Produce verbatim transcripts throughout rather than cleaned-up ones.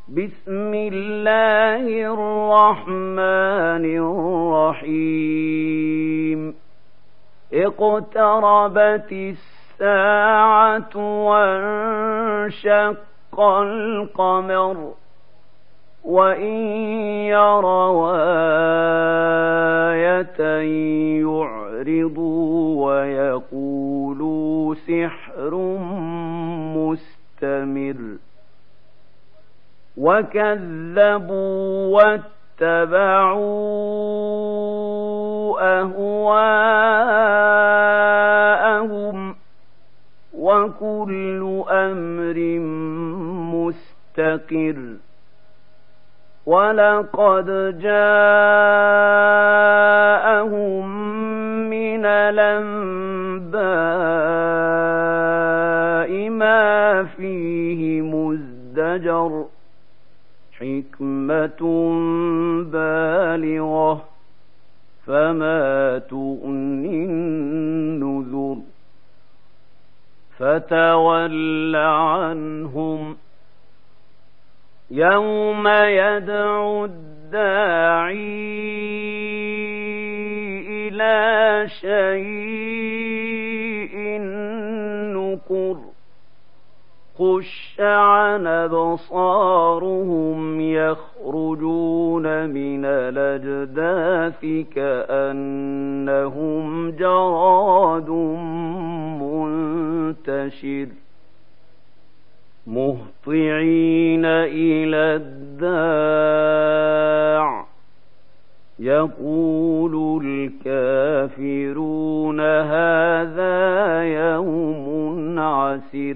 بسم الله الرحمن الرحيم اقتربت الساعة وانشق القمر وإن يروا آية يعرضوا ويقولوا سحر مستمر وكذبوا واتبعوا أهواءهم وكل أمر مستقر ولقد جاءهم من الأنباء ما فيه مزدجر حكمة بالغة فما تغني النذر فتول عنهم يوم يدعو الداعي إلى شيء نكر خش عن أبصارهم يخرجون من الأجداث كأنهم جراد منتشر مهطعين إلى الداع يقول الكافرون هذا يوم عسر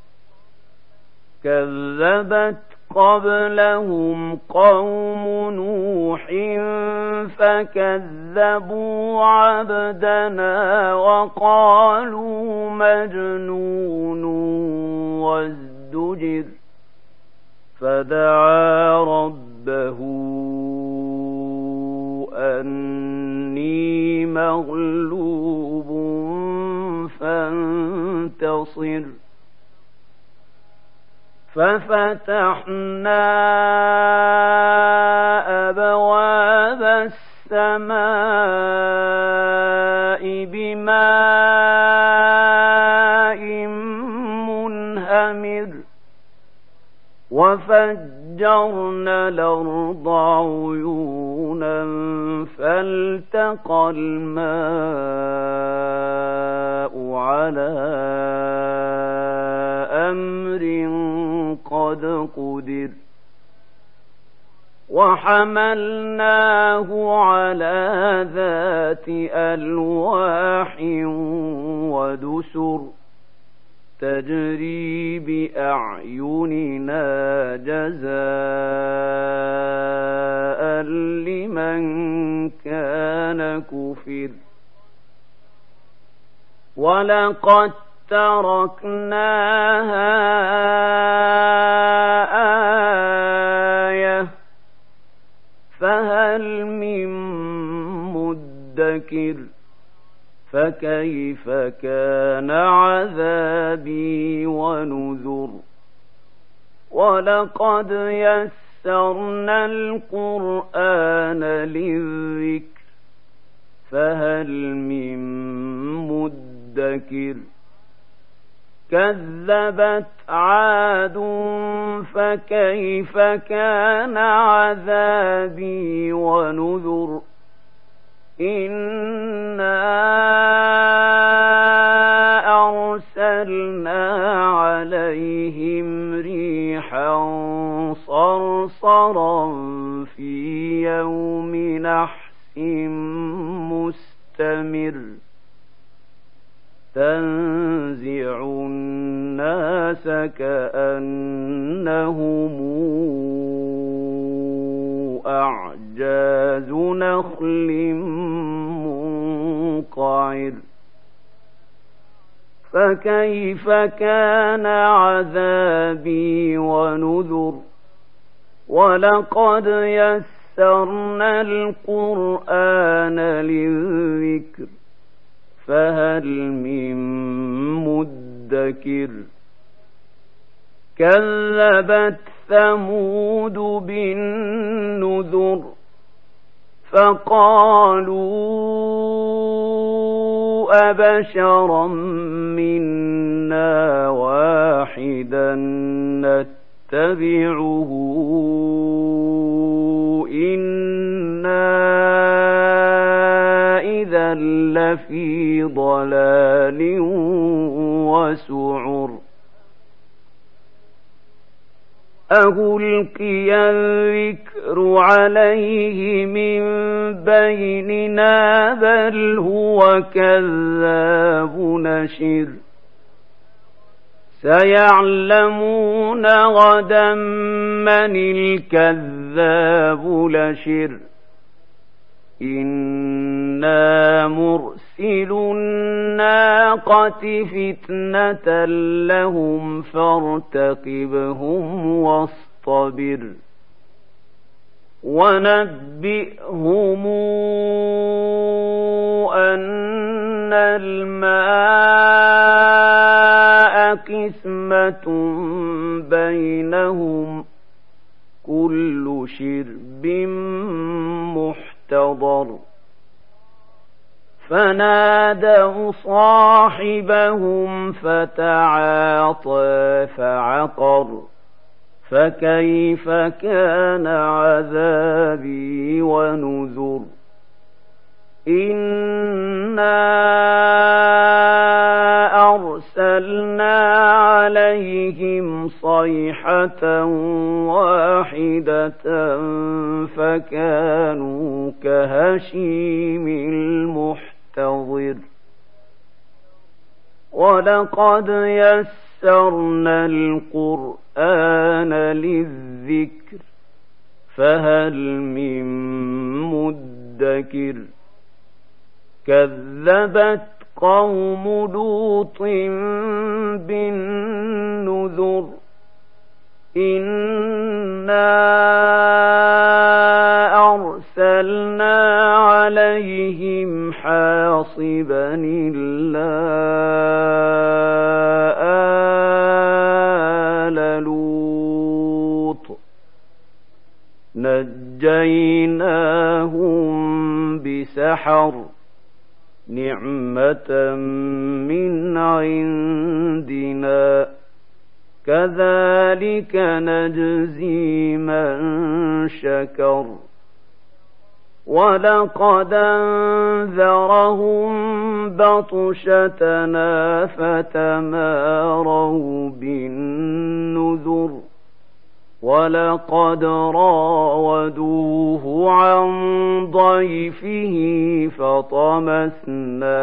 كذبت قبلهم قوم نوح فكذبوا عبدنا وقالوا مجنون وازدجر فدعا ربه أني مغلوب فانتصر ففتحنا أبواب السماء بماء منهمر وفجرنا الأرض عيونا فالتقى الماء على أمر قد قدر وحملناه على ذات ألواح ودسر تجري بأعيننا جزاء لمن كان كفر ولقد تركناها آية فهل من مدكر فكيف كان عذابي ونذر ولقد يسرنا القرآن للذكر فهل من مدكر كذبت عاد فكيف كان عذابي ونذر إنا أرسلنا عليهم ريحا صرصرا في يوم نحس مستمر تنزع الناس كأنهم أعجاز نخل منقعر فكيف كان عذابي ونذر ولقد يسرنا القرآن للذكر فهل من مدكر كذبت ثمود بالنذر فقالوا أبشرا منا واحدا نتبعه إنا إذا لفي ضلال وسعر ألقي الذكر عليه من بيننا بل هو كذاب نشر سيعلمون غدا من الكذاب لشر إنا مرسل الناقة فتنة لهم فارتقبهم واصطبر ونبئهم أن الماء قسمة بينهم كل شرب محتضر فنادوا صاحبهم فتعاطى فعقر فكيف كان عذابي ونذر إنا أرسلنا عليهم صيحة واحدة فكانوا كهشيم المحتضر ولقد يسرنا القرآن للذكر فهل من مدكر كذبت قوم لوط بالنذر إنا أرسلنا عليهم حاصبا إلا آل لوط نجيناهم بسحر نعمة من عندنا كذلك نجزي من شكر ولقد أنذرهم بطشتنا فتماروا بالنذر ولقد راودوه عن ضيفه فطمسنا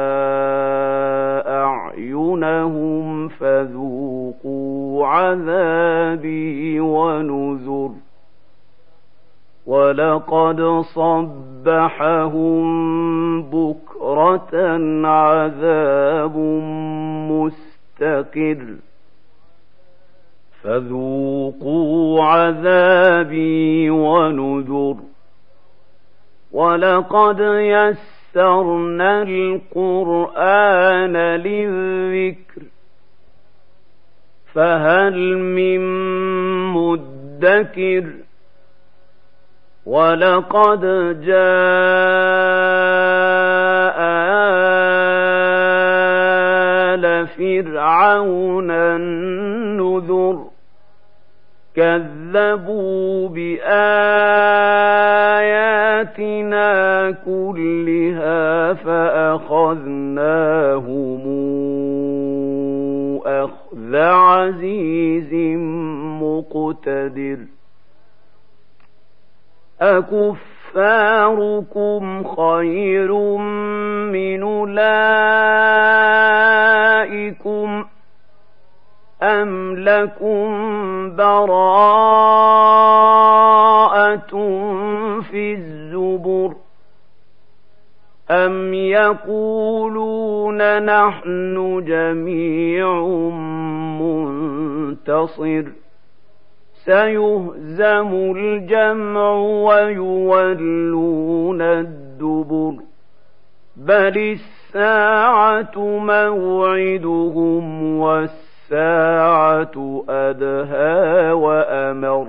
أعينهم فذوقوا عذابي ونذر ولقد صبحهم بكرة عذاب مستقر فذوقوا عذابي ونذر ولقد يسرنا القرآن للذكر فهل من مدكر ولقد جاء آل فرعون النذر كذبوا بآياتنا كلها فأخذناهم أخذ عزيز مقتدر أكفاركم خير من أولئكم أم لكم براءة في الزبر أم يقولون نحن جميع منتصر سيهزم الجمع ويولون الدبر بل الساعة موعدهم والساعة الساعة أدهى وأمر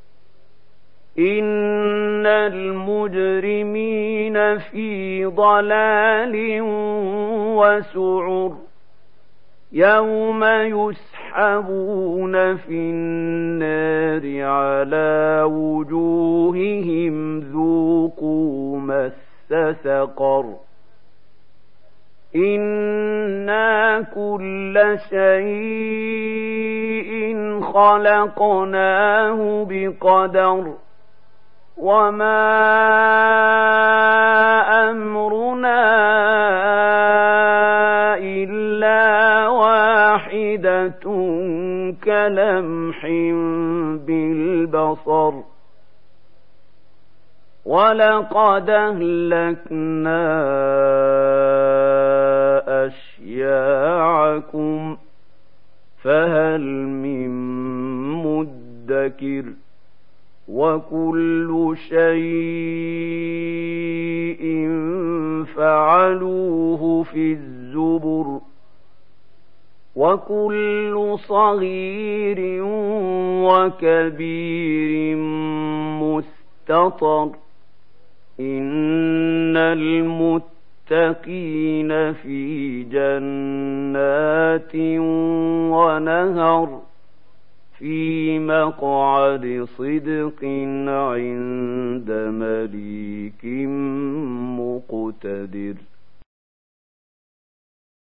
إن المجرمين في ضلال وسعر يوم يسحبون في النار على وجوههم ذوقوا مس سقر إنا كل شيء خلقناه بقدر وما أمرنا إلا واحدة كلمح بالبصر ولقد أهلكنا أشياعكم فهل من مدكر وكل شيء فعلوه في الزبر وكل صغير وكبير مستطر إن المتقين في جنات ونهر في مقعد صدق عند مليك مقتدر.